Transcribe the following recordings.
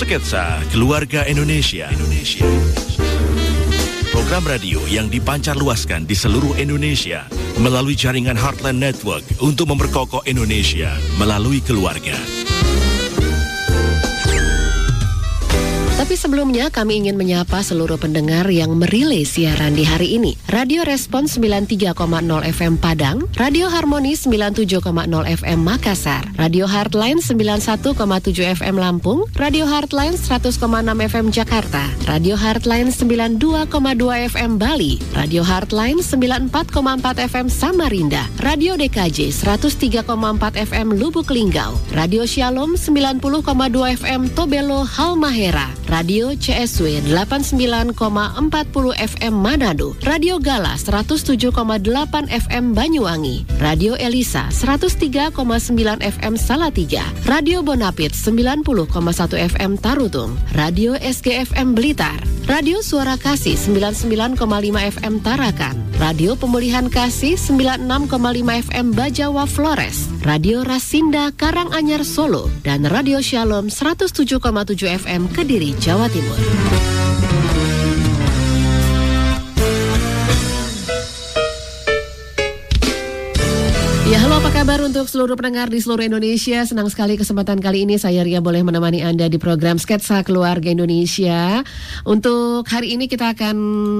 Sketsa Keluarga Indonesia. Program radio yang dipancar luaskan di seluruh Indonesia melalui jaringan Heartland Network untuk memperkokoh Indonesia melalui keluarga. Tapi sebelumnya kami ingin menyapa seluruh pendengar yang merilai siaran di hari ini. Radio Respons 93,0 FM Padang, Radio Harmoni 97,0 FM Makassar, Radio Heartline 91,7 FM Lampung, Radio Heartline 100,6 FM Jakarta, Radio Heartline 92,2 FM Bali, Radio Heartline 94,4 FM Samarinda, Radio DKJ 103,4 FM Lubuk Linggau, Radio Shalom 90,2 FM Tobelo Halmahera, Radio CSW 89,40 FM Manado, Radio Gala 107,8 FM Banyuwangi, Radio Elisa 103,9 FM Salatiga, Radio Bonapit 90,1 FM Tarutung, Radio SGFM Blitar, Radio Suara Kasih 99,5 FM Tarakan, Radio Pemulihan Kasih 96,5 FM Bajawa Flores, Radio Rasinda Karanganyar Solo, dan Radio Shalom 107,7 FM Kediri, Jawa Timur. Ya, halo, apa kabar untuk seluruh pendengar di seluruh Indonesia? Senang sekali kesempatan kali ini saya Ria boleh menemani Anda di program Sketsa Keluarga Indonesia. Untuk hari ini kita akan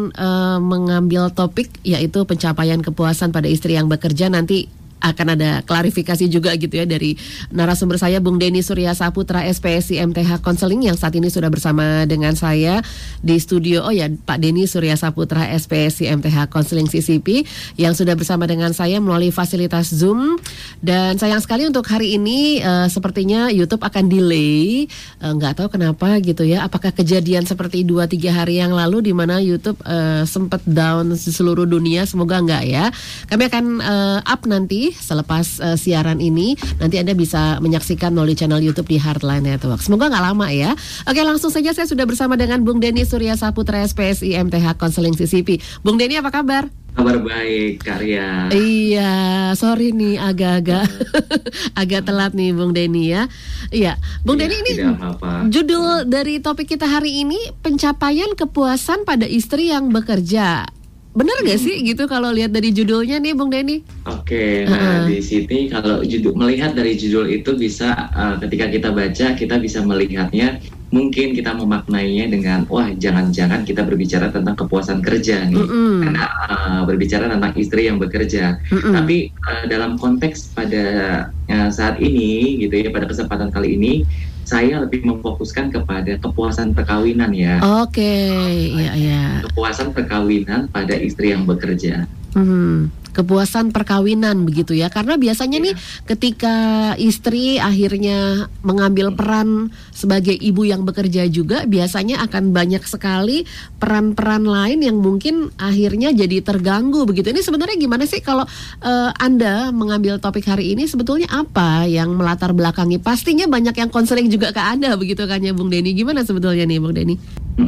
mengambil topik yaitu pencapaian kepuasan pada istri yang bekerja. Nanti akan ada klarifikasi juga gitu ya dari narasumber saya, Bung Denny Surya Saputra, SPSI MTH Konseling, yang saat ini sudah bersama dengan saya di studio. Oh ya, Pak Denny Surya Saputra, SPSI MTH Konseling CCP, yang sudah bersama dengan saya melalui fasilitas Zoom. Dan sayang sekali untuk hari ini sepertinya YouTube akan delay, nggak tahu kenapa gitu ya. Apakah kejadian seperti 2-3 hari yang lalu di mana YouTube sempat down di seluruh dunia? Semoga enggak ya. Kami akan up nanti selepas siaran ini. Nanti Anda bisa menyaksikan melalui channel YouTube di Heartline Network. Semoga nggak lama ya. Oke, langsung saja saya sudah bersama dengan Bung Denny Surya Saputra, SPSI MTH Konseling CCP. Bung Denny, apa kabar? Kabar baik, Karya. Iya, sorry nih agak telat nih Bung Denny ya. Iya, Bung Denny, ini judul dari topik kita hari ini, pencapaian kepuasan pada istri yang bekerja. Benar gak sih gitu kalau lihat dari judulnya nih Bung Denny? Oke, nah di sini kalau melihat dari judul itu bisa ketika kita baca kita bisa melihatnya, mungkin kita memaknainya dengan wah, jangan-jangan kita berbicara tentang kepuasan kerja nih, karena berbicara tentang istri yang bekerja. Tapi dalam konteks pada saat ini gitu ya, pada kesempatan kali ini saya lebih memfokuskan kepada kepuasan perkawinan ya. Oke, iya. Kepuasan perkawinan pada istri yang bekerja. Kepuasan perkawinan begitu ya, karena biasanya nih ketika istri akhirnya mengambil peran sebagai ibu yang bekerja juga, biasanya akan banyak sekali peran-peran lain yang mungkin akhirnya jadi terganggu begitu. Ini sebenarnya gimana sih kalau Anda mengambil topik hari ini, sebetulnya apa yang melatar belakangi? Pastinya banyak yang konseling juga ke Anda begitu kan ya Bung Denny. Gimana sebetulnya nih Bung Denny?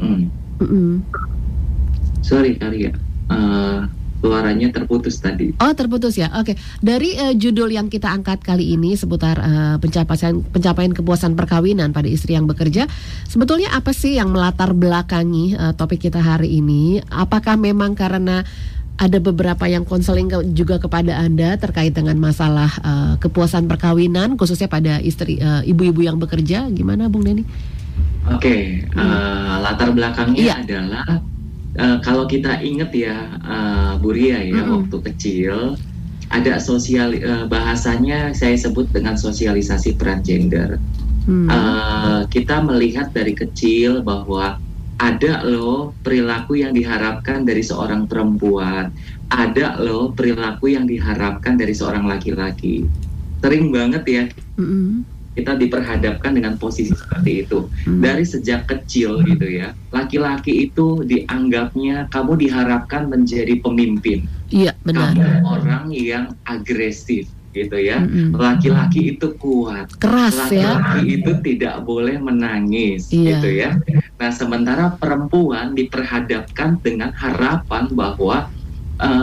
Sorry Karya, suaranya terputus tadi. Oh, terputus ya. Oke. Dari judul yang kita angkat kali ini seputar pencapaian kepuasan perkawinan pada istri yang bekerja, sebetulnya apa sih yang melatar belakangi topik kita hari ini? Apakah memang karena ada beberapa yang konseling juga kepada Anda terkait dengan masalah kepuasan perkawinan, khususnya pada istri ibu-ibu yang bekerja? Gimana Bung Denny? Oke, latar belakangnya adalah kalau kita ingat ya, Bu Ria ya, waktu kecil ada bahasanya saya sebut dengan sosialisasi peran gender. Kita melihat dari kecil bahwa ada loh perilaku yang diharapkan dari seorang perempuan, ada loh perilaku yang diharapkan dari seorang laki-laki. Sering banget ya kita diperhadapkan dengan posisi seperti itu. Dari sejak kecil gitu ya, laki-laki itu dianggapnya kamu diharapkan menjadi pemimpin. Iya, benar. Kamu orang yang agresif gitu ya. Laki-laki itu kuat, keras, laki-laki itu tidak boleh menangis gitu ya. Nah, sementara perempuan diperhadapkan dengan harapan bahwa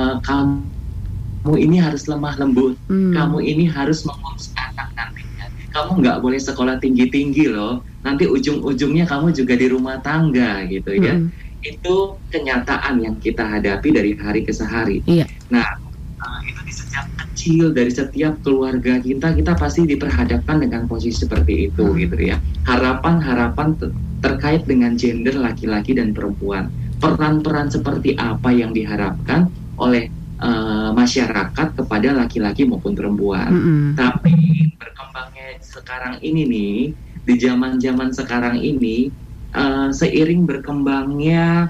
kamu ini harus lemah lembut, kamu ini harus mengurus anak nantinya, kamu nggak boleh sekolah tinggi-tinggi loh, nanti ujung-ujungnya kamu juga di rumah tangga gitu ya. Itu kenyataan yang kita hadapi dari hari ke hari. Nah, itu di sejak kecil, dari setiap keluarga kita pasti diperhadapkan dengan posisi seperti itu gitu ya. Harapan-harapan terkait dengan gender laki-laki dan perempuan, peran-peran seperti apa yang diharapkan oleh masyarakat kepada laki-laki maupun perempuan. Tapi berkembangnya sekarang ini nih, di zaman-zaman sekarang ini, seiring berkembangnya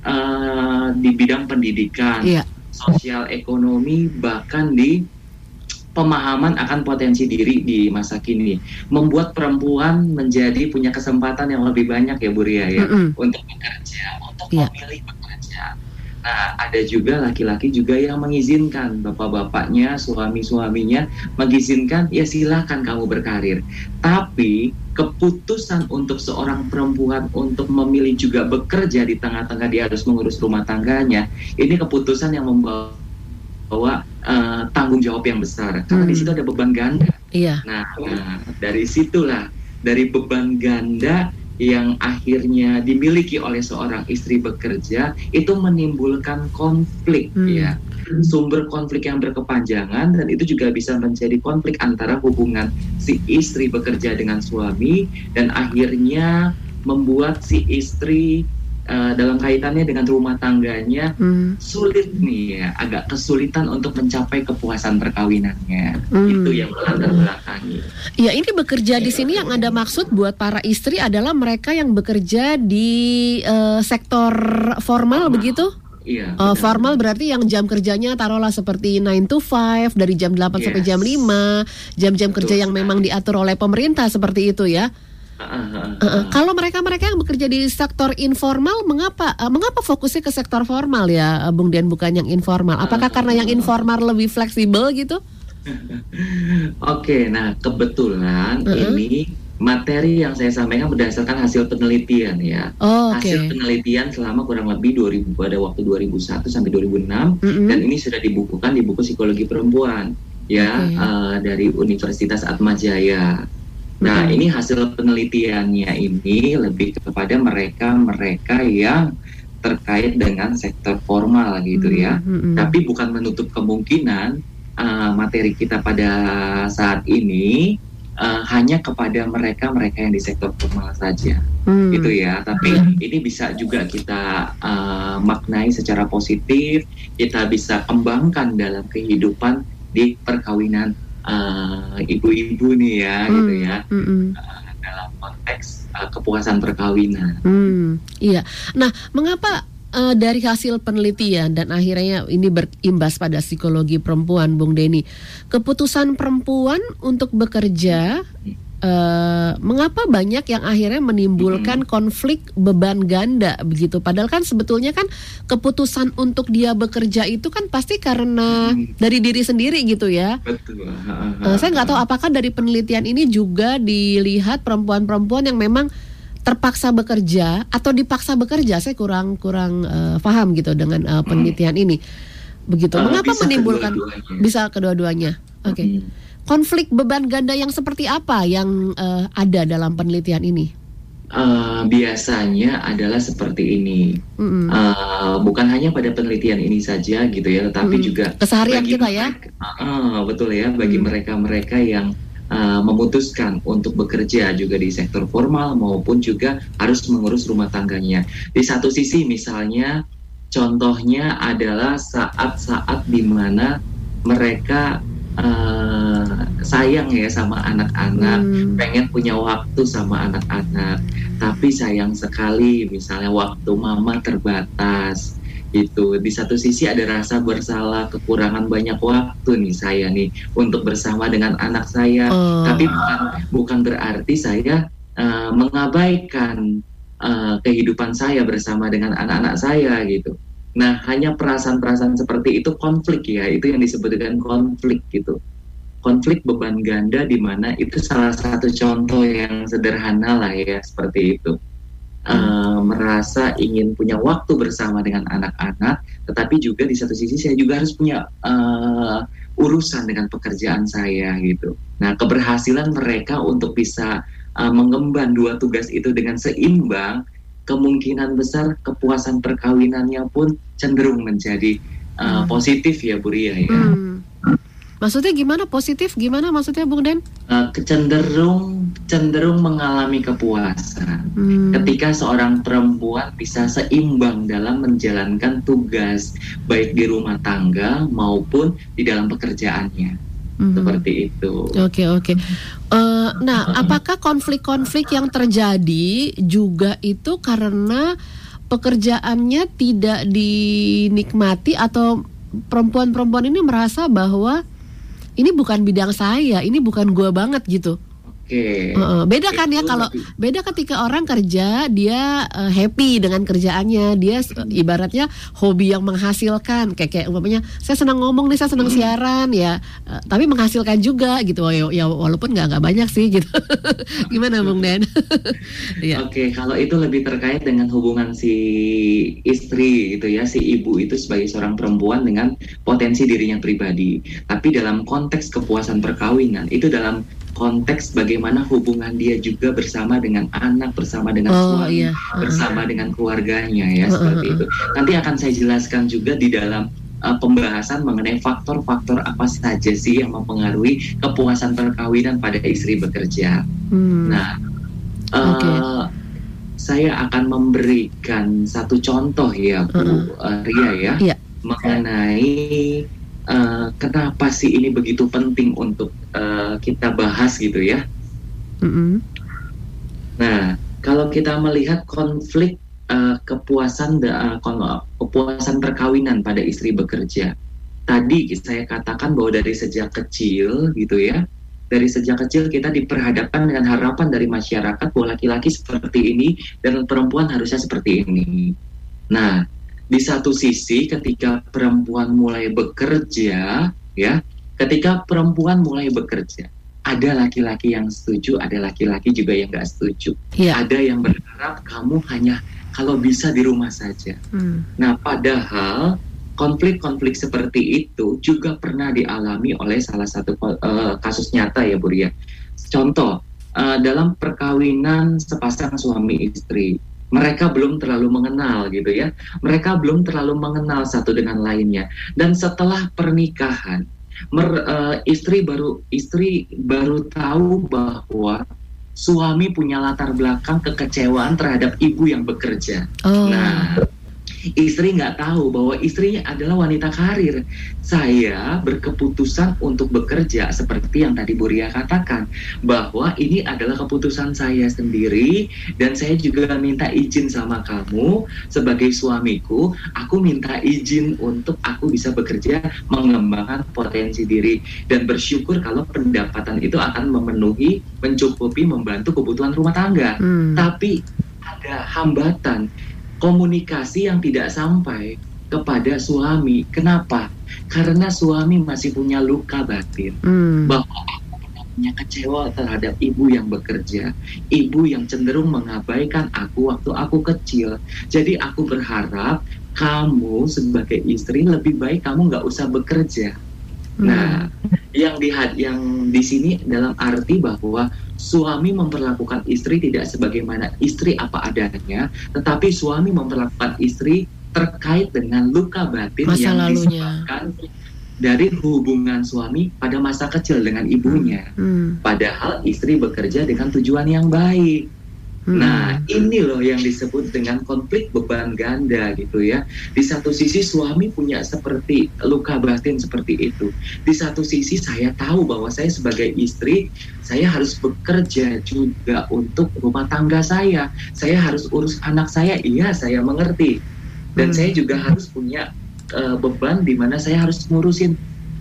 di bidang pendidikan, sosial ekonomi, bahkan di pemahaman akan potensi diri di masa kini, membuat perempuan menjadi punya kesempatan yang lebih banyak ya Bu Ria ya, untuk bekerja, untuk memilih bekerja. Nah, ada juga laki-laki juga yang mengizinkan, bapak-bapaknya, suami-suaminya mengizinkan, ya silakan kamu berkarir. Tapi keputusan untuk seorang perempuan untuk memilih juga bekerja di tengah-tengah dia harus mengurus rumah tangganya, ini keputusan yang membawa tanggung jawab yang besar, karena di situ ada beban ganda. Nah, dari situlah, dari beban ganda yang akhirnya dimiliki oleh seorang istri bekerja, itu menimbulkan konflik ya, sumber konflik yang berkepanjangan, dan itu juga bisa menjadi konflik antara hubungan si istri bekerja dengan suami, dan akhirnya membuat si istri dalam kaitannya dengan rumah tangganya sulit nih ya, agak kesulitan untuk mencapai kepuasan perkawinannya. Itu yang melatar belakangi. Ya, ini bekerja di sini yang Anda maksud buat para istri adalah mereka yang bekerja di sektor formal begitu? Iya. Formal berarti yang jam kerjanya taruhlah seperti 9 to 5, dari jam 8 sampai jam 5, jam-jam kerja yang memang diatur oleh pemerintah seperti itu ya. Kalau mereka yang bekerja di sektor informal, mengapa fokusnya ke sektor formal ya, Bung Dian, bukan yang informal? Apakah karena yang informal lebih fleksibel gitu? Oke, nah kebetulan ini materi yang saya sampaikan berdasarkan hasil penelitian ya. Hasil penelitian selama kurang lebih 2001 sampai 2006, dan ini sudah dibukukan di buku Psikologi Perempuan ya, dari Universitas Atmajaya. Nah, ini hasil penelitiannya ini lebih kepada mereka yang terkait dengan sektor formal gitu ya. Tapi bukan menutup kemungkinan materi kita pada saat ini hanya kepada mereka yang di sektor formal saja gitu ya. Tapi ini bisa juga kita maknai secara positif, kita bisa kembangkan dalam kehidupan di perkawinan ibu-ibu nih ya, gitu ya, dalam konteks kepuasan perkawinan. Iya. Nah, mengapa dari hasil penelitian dan akhirnya ini berimbas pada psikologi perempuan, Bung Denny, keputusan perempuan untuk bekerja, mengapa banyak yang akhirnya menimbulkan konflik beban ganda begitu? Padahal kan sebetulnya kan keputusan untuk dia bekerja itu kan pasti karena dari diri sendiri gitu ya. Betul. Saya nggak tahu apakah dari penelitian ini juga dilihat perempuan-perempuan yang memang terpaksa bekerja atau dipaksa bekerja. Saya kurang paham gitu dengan penelitian ini. Begitu. Mengapa menimbulkan bisa kedua-duanya? Oke. Konflik beban ganda yang seperti apa yang ada dalam penelitian ini? Biasanya adalah seperti ini. Bukan hanya pada penelitian ini saja gitu ya, tetapi juga keseharian kita ya. Betul ya, bagi mereka yang memutuskan untuk bekerja juga di sektor formal maupun juga harus mengurus rumah tangganya. Di satu sisi misalnya, contohnya adalah saat-saat di mana mereka sayang ya sama anak-anak, pengen punya waktu sama anak-anak, tapi sayang sekali misalnya waktu mama terbatas gitu. Di satu sisi ada rasa bersalah, kekurangan banyak waktu nih saya nih untuk bersama dengan anak saya, tapi bukan berarti saya mengabaikan kehidupan saya bersama dengan anak-anak saya gitu. Nah, hanya perasaan-perasaan seperti itu konflik ya, itu yang disebut dengan konflik gitu. Konflik beban ganda, di mana itu salah satu contoh yang sederhana lah ya, seperti itu. merasa ingin punya waktu bersama dengan anak-anak, tetapi juga di satu sisi saya juga harus punya urusan dengan pekerjaan saya gitu. Nah, keberhasilan mereka untuk bisa mengemban dua tugas itu dengan seimbang, kemungkinan besar kepuasan perkawinannya pun cenderung menjadi positif ya Bu Ria ya. Maksudnya gimana positif? Gimana maksudnya Bung Den? Cenderung mengalami kepuasan ketika seorang perempuan bisa seimbang dalam menjalankan tugas baik di rumah tangga maupun di dalam pekerjaannya. Seperti itu. Oke. Nah, apakah konflik-konflik yang terjadi juga itu karena pekerjaannya tidak dinikmati atau perempuan-perempuan ini merasa bahwa ini bukan bidang saya, ini bukan gua banget gitu? Beda kan ya kalau beda ketika orang kerja dia happy dengan kerjaannya, dia ibaratnya hobi yang menghasilkan kayak umpamanya saya senang ngomong nih, saya senang siaran ya, tapi menghasilkan juga gitu ya, walaupun nggak banyak sih gitu. Gimana Bung Den? Oke, kalau itu lebih terkait dengan hubungan si istri gitu ya, si ibu itu sebagai seorang perempuan dengan potensi dirinya pribadi. Tapi dalam konteks kepuasan perkawinan itu dalam konteks bagaimana hubungan dia juga bersama dengan anak, bersama dengan suami, bersama dengan keluarganya ya, seperti itu. Nanti akan saya jelaskan juga di dalam pembahasan mengenai faktor-faktor apa saja sih yang mempengaruhi kepuasan perkawinan pada istri bekerja. Nah, saya akan memberikan satu contoh ya Bu Ria ya, mengenai kenapa sih ini begitu penting untuk kita bahas gitu ya. Nah, kalau kita melihat konflik kepuasan perkawinan pada istri bekerja, tadi saya katakan bahwa dari sejak kecil gitu ya, dari sejak kecil kita diperhadapkan dengan harapan dari masyarakat bahwa laki-laki seperti ini dan perempuan harusnya seperti ini. Nah, di satu sisi ketika perempuan mulai bekerja ya, ketika perempuan mulai bekerja, ada laki-laki yang setuju, ada laki-laki juga yang nggak setuju. Ada yang berharap kamu hanya kalau bisa di rumah saja. Nah, padahal konflik-konflik seperti itu juga pernah dialami oleh salah satu kasus nyata ya Bu Ria. Contoh, dalam perkawinan sepasang suami istri, mereka belum terlalu mengenal gitu ya. Mereka belum terlalu mengenal satu dengan lainnya. Dan setelah pernikahan, istri baru tahu bahwa suami punya latar belakang kekecewaan terhadap ibu yang bekerja. Nah, istri nggak tahu bahwa istrinya adalah wanita karir. Saya berkeputusan untuk bekerja seperti yang tadi Bu Ria katakan, bahwa ini adalah keputusan saya sendiri dan saya juga minta izin sama kamu sebagai suamiku. Aku minta izin untuk aku bisa bekerja, mengembangkan potensi diri dan bersyukur kalau pendapatan itu akan memenuhi, mencukupi, membantu kebutuhan rumah tangga. Tapi ada hambatan, komunikasi yang tidak sampai kepada suami. Kenapa? Karena suami masih punya luka batin bahwa aku punya kecewa terhadap ibu yang bekerja, ibu yang cenderung mengabaikan aku waktu aku kecil. Jadi aku berharap kamu sebagai istri lebih baik kamu nggak usah bekerja. Nah, yang di sini dalam arti bahwa suami memperlakukan istri tidak sebagaimana istri apa adanya, tetapi suami memperlakukan istri terkait dengan luka batin masa yang disebabkan dari hubungan suami pada masa kecil dengan ibunya. Padahal istri bekerja dengan tujuan yang baik. Nah, ini loh yang disebut dengan konflik beban ganda gitu ya. Di satu sisi suami punya seperti luka batin seperti itu. Di satu sisi saya tahu bahwa saya sebagai istri, saya harus bekerja juga untuk rumah tangga saya. Saya harus urus anak saya, iya saya mengerti. Dan saya juga harus punya beban di mana saya harus ngurusin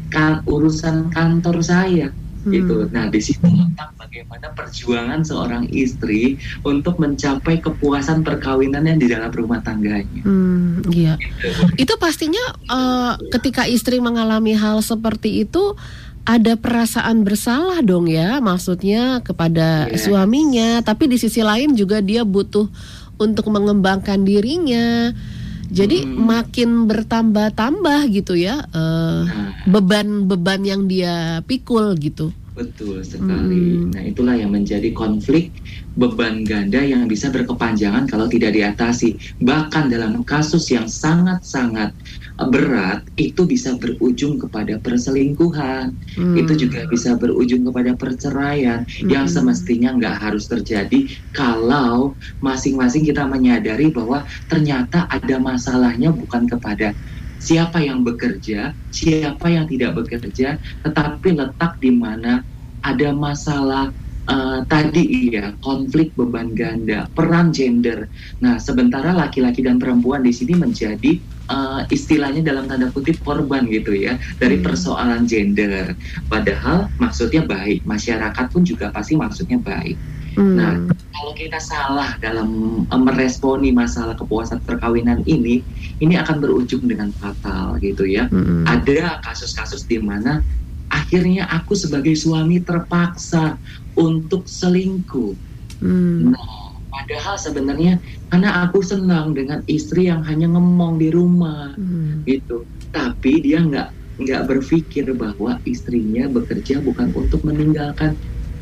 urusan kantor saya. Gitu. Nah, di situ letak bagaimana perjuangan seorang istri untuk mencapai kepuasan perkawinannya di dalam rumah tangganya. Iya. Itu pastinya ketika istri mengalami hal seperti itu ada perasaan bersalah dong ya, maksudnya kepada suaminya. Tapi di sisi lain juga dia butuh untuk mengembangkan dirinya. Jadi makin bertambah-tambah gitu ya beban-beban yang dia pikul gitu. Betul sekali. Nah, itulah yang menjadi konflik beban ganda yang bisa berkepanjangan kalau tidak diatasi. Bahkan dalam kasus yang sangat-sangat berat, itu bisa berujung kepada perselingkuhan. Itu juga bisa berujung kepada perceraian yang semestinya nggak harus terjadi kalau masing-masing kita menyadari bahwa ternyata ada masalahnya bukan kepada siapa yang bekerja, siapa yang tidak bekerja, tetapi letak di mana ada masalah tadi ya, konflik beban ganda, peran gender. Nah, sementara laki-laki dan perempuan di sini menjadi istilahnya dalam tanda kutip korban gitu ya dari persoalan gender. Padahal maksudnya baik, masyarakat pun juga pasti maksudnya baik. Nah, kalau kita salah dalam meresponi masalah kepuasan perkawinan ini akan berujung dengan fatal gitu ya. Ada kasus-kasus di mana akhirnya aku sebagai suami terpaksa untuk selingkuh. Nah, padahal sebenarnya karena aku senang dengan istri yang hanya ngomong di rumah gitu, tapi dia nggak berpikir bahwa istrinya bekerja bukan untuk meninggalkan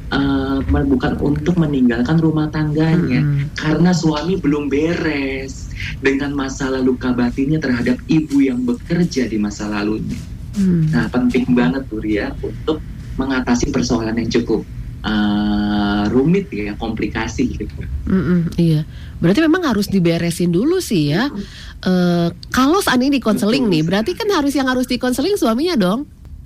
rumah tangganya, karena suami belum beres dengan masalah luka batinnya terhadap ibu yang bekerja di masa lalunya. Nah, penting banget tuh ya untuk mengatasi persoalan yang cukup rumit ya, komplikasi gitu. Iya, berarti memang harus diberesin dulu sih ya. Kalau seandainya di konseling nih, berarti kan harus dikonseling suaminya dong.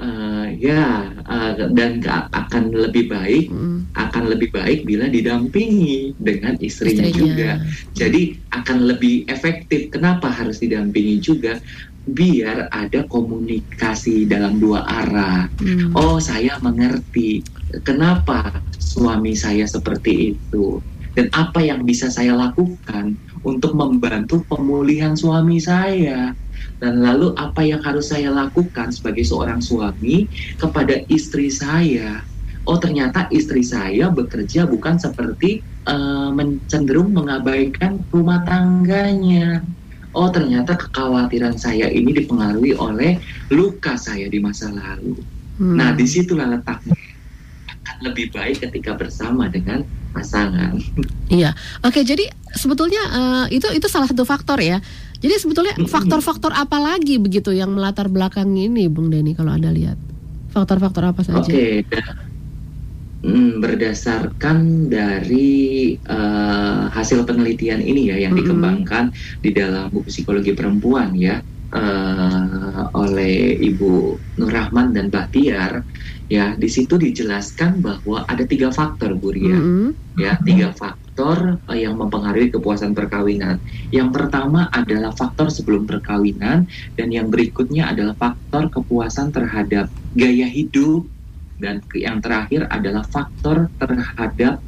Dan akan lebih baik bila didampingi dengan istrinya juga. Jadi akan lebih efektif. Kenapa harus didampingi juga? Biar ada komunikasi dalam dua arah. Oh, saya mengerti kenapa suami saya seperti itu, dan apa yang bisa saya lakukan untuk membantu pemulihan suami saya. Dan lalu apa yang harus saya lakukan sebagai seorang suami kepada istri saya. Oh, ternyata istri saya bekerja bukan seperti cenderung mengabaikan rumah tangganya. Oh, ternyata kekhawatiran saya ini dipengaruhi oleh luka saya di masa lalu. Nah, disitulah letaknya. Akan lebih baik ketika bersama dengan pasangan. Iya, oke. Jadi sebetulnya itu salah satu faktor ya. Jadi sebetulnya faktor-faktor apa lagi begitu yang melatar belakang ini, Bung Denny, kalau Anda lihat? Faktor-faktor apa saja? Oke, berdasarkan dari hasil penelitian ini ya yang dikembangkan di dalam buku psikologi perempuan ya oleh Ibu Nur Rahman dan Bahtiar ya, di situ dijelaskan bahwa ada 3 faktor, Bu Ria. Ya, 3 faktor yang mempengaruhi kepuasan perkawinan. Yang pertama adalah faktor sebelum perkawinan, dan yang berikutnya adalah faktor kepuasan terhadap gaya hidup, dan yang terakhir adalah faktor terhadap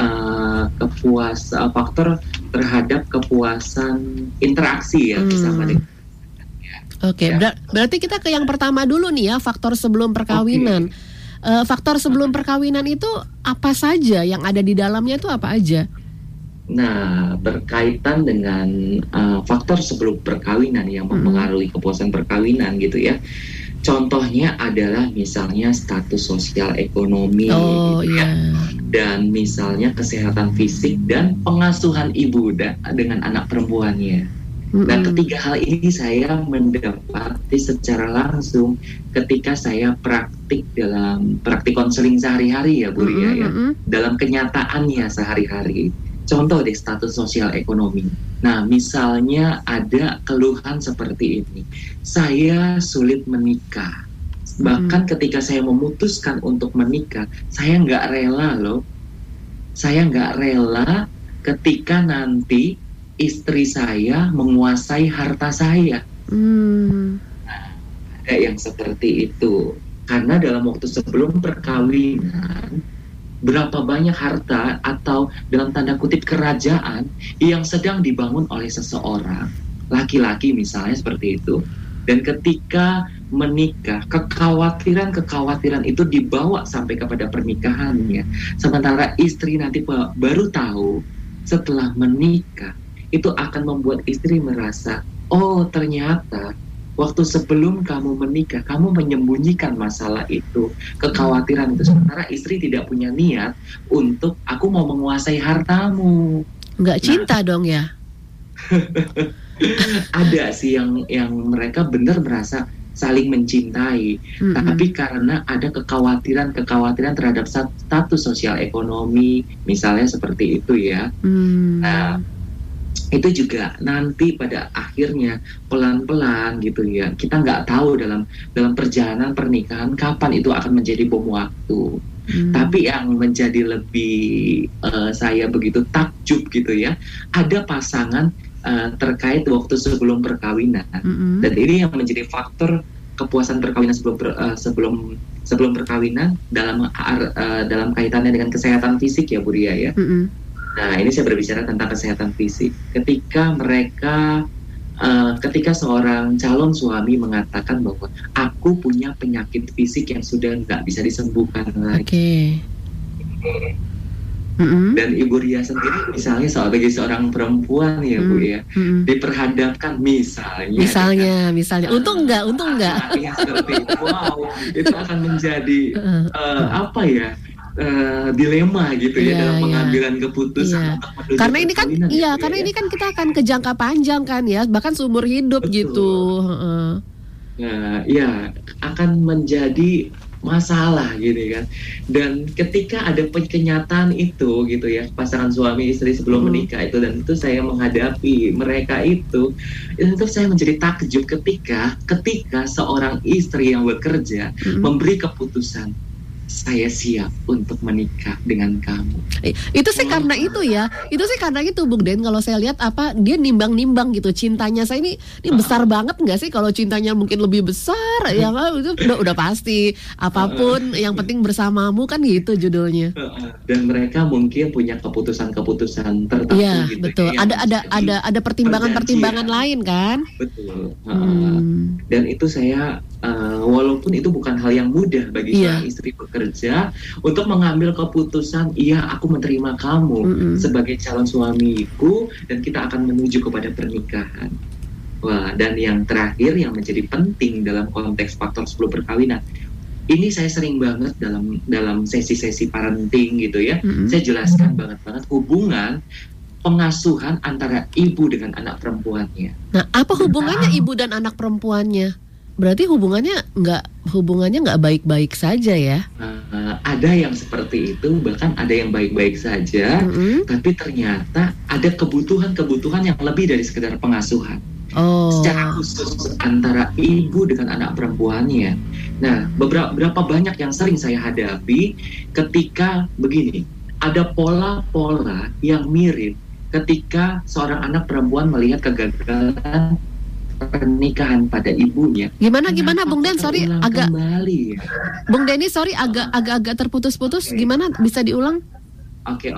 kepuasan interaksi ya bersama dengan. Oke, berarti kita ke yang pertama dulu nih ya, faktor sebelum perkawinan. Faktor sebelum perkawinan itu apa saja, yang ada di dalamnya itu apa aja? Nah, berkaitan dengan faktor sebelum perkawinan yang mempengaruhi kepuasan perkawinan gitu ya. Contohnya adalah misalnya status sosial ekonomi gitu ya. Dan misalnya kesehatan fisik dan pengasuhan ibu dengan anak perempuannya. Nah, ketiga hal ini saya mendapati secara langsung ketika saya praktik konseling sehari-hari ya, Bu Ria ya, dalam kenyataannya sehari-hari. Contoh deh, status sosial ekonomi. Nah, misalnya ada keluhan seperti ini. Saya sulit menikah. Bahkan ketika saya memutuskan untuk menikah, saya nggak rela loh. Saya nggak rela ketika nanti istri saya menguasai harta saya. Nah, ada yang seperti itu. Karena dalam waktu sebelum perkawinan, berapa banyak harta atau dalam tanda kutip kerajaan yang sedang dibangun oleh seseorang, laki-laki misalnya seperti itu. Dan ketika menikah, kekhawatiran itu dibawa sampai kepada pernikahannya. Sementara istri nanti baru tahu setelah menikah itu akan membuat istri merasa, oh ternyata waktu sebelum kamu menikah, kamu menyembunyikan masalah itu, kekhawatiran itu. Sementara istri tidak punya niat untuk aku mau menguasai hartamu. Nggak cinta dong ya? Ada sih yang mereka benar merasa saling mencintai, tapi karena ada kekhawatiran terhadap status sosial ekonomi, misalnya seperti itu ya. Nah, itu juga nanti pada akhirnya pelan-pelan gitu ya, kita nggak tahu dalam perjalanan pernikahan kapan itu akan menjadi bom waktu. Tapi yang menjadi lebih saya begitu takjub gitu ya, ada pasangan terkait waktu sebelum perkawinan, dan ini yang menjadi faktor kepuasan perkawinan sebelum perkawinan dalam kaitannya dengan kesehatan fisik ya Bu Ria ya. Nah, ini saya berbicara tentang kesehatan fisik. Ketika seorang calon suami mengatakan bahwa aku punya penyakit fisik yang sudah nggak bisa disembuhkan lagi. Dan Ibu Ria sendiri misalnya sebagai seorang perempuan ya Bu ya, diperhadapkan misalnya, untung enggak. Ya, seperti itu, wow, itu akan menjadi dilema gitu ya dalam pengambilan keputusan untuk menuju karena ini kan karena ini kan kita akan ke jangka panjang kan ya, bahkan seumur hidup. Betul. Gitu. Nah, ya akan menjadi masalah gitu kan. Dan ketika ada kenyataan itu gitu ya, pasangan suami istri sebelum menikah itu, dan itu saya menghadapi mereka itu saya menjadi takjub ketika seorang istri yang bekerja memberi keputusan, saya siap untuk menikah dengan kamu. Itu sih karena itu Bung Den, kalau saya lihat dia nimbang-nimbang gitu cintanya. Saya ini besar banget nggak sih? Kalau cintanya mungkin lebih besar ya itu udah pasti apapun yang penting bersamamu kan gitu judulnya. Dan mereka mungkin punya keputusan-keputusan tertentu gitu. Betul. Ada pertimbangan-pertimbangan lain kan? Betul. Dan itu saya walaupun itu bukan hal yang mudah bagi seorang istri bekerja untuk mengambil keputusan, aku menerima kamu sebagai calon suamiku dan kita akan menuju kepada pernikahan. Wah, dan yang terakhir yang menjadi penting dalam konteks faktor sebelum perkawinan, ini saya sering banget dalam sesi-sesi parenting gitu ya, saya jelaskan banget hubungan pengasuhan antara ibu dengan anak perempuannya. Nah, apa hubungannya ibu dan anak perempuannya? Berarti hubungannya nggak baik-baik saja ya? Ada yang seperti itu, bahkan ada yang baik-baik saja, tapi ternyata ada kebutuhan yang lebih dari sekedar pengasuhan. Secara khusus antara ibu dengan anak perempuannya. Nah, berapa banyak yang sering saya hadapi ketika begini, ada pola-pola yang mirip ketika seorang anak perempuan melihat kegagalan pernikahan pada ibunya. Gimana Bung Den? Sorry agak kembali. Bung Denny, sorry agak terputus-putus. Gimana bisa diulang? Oke.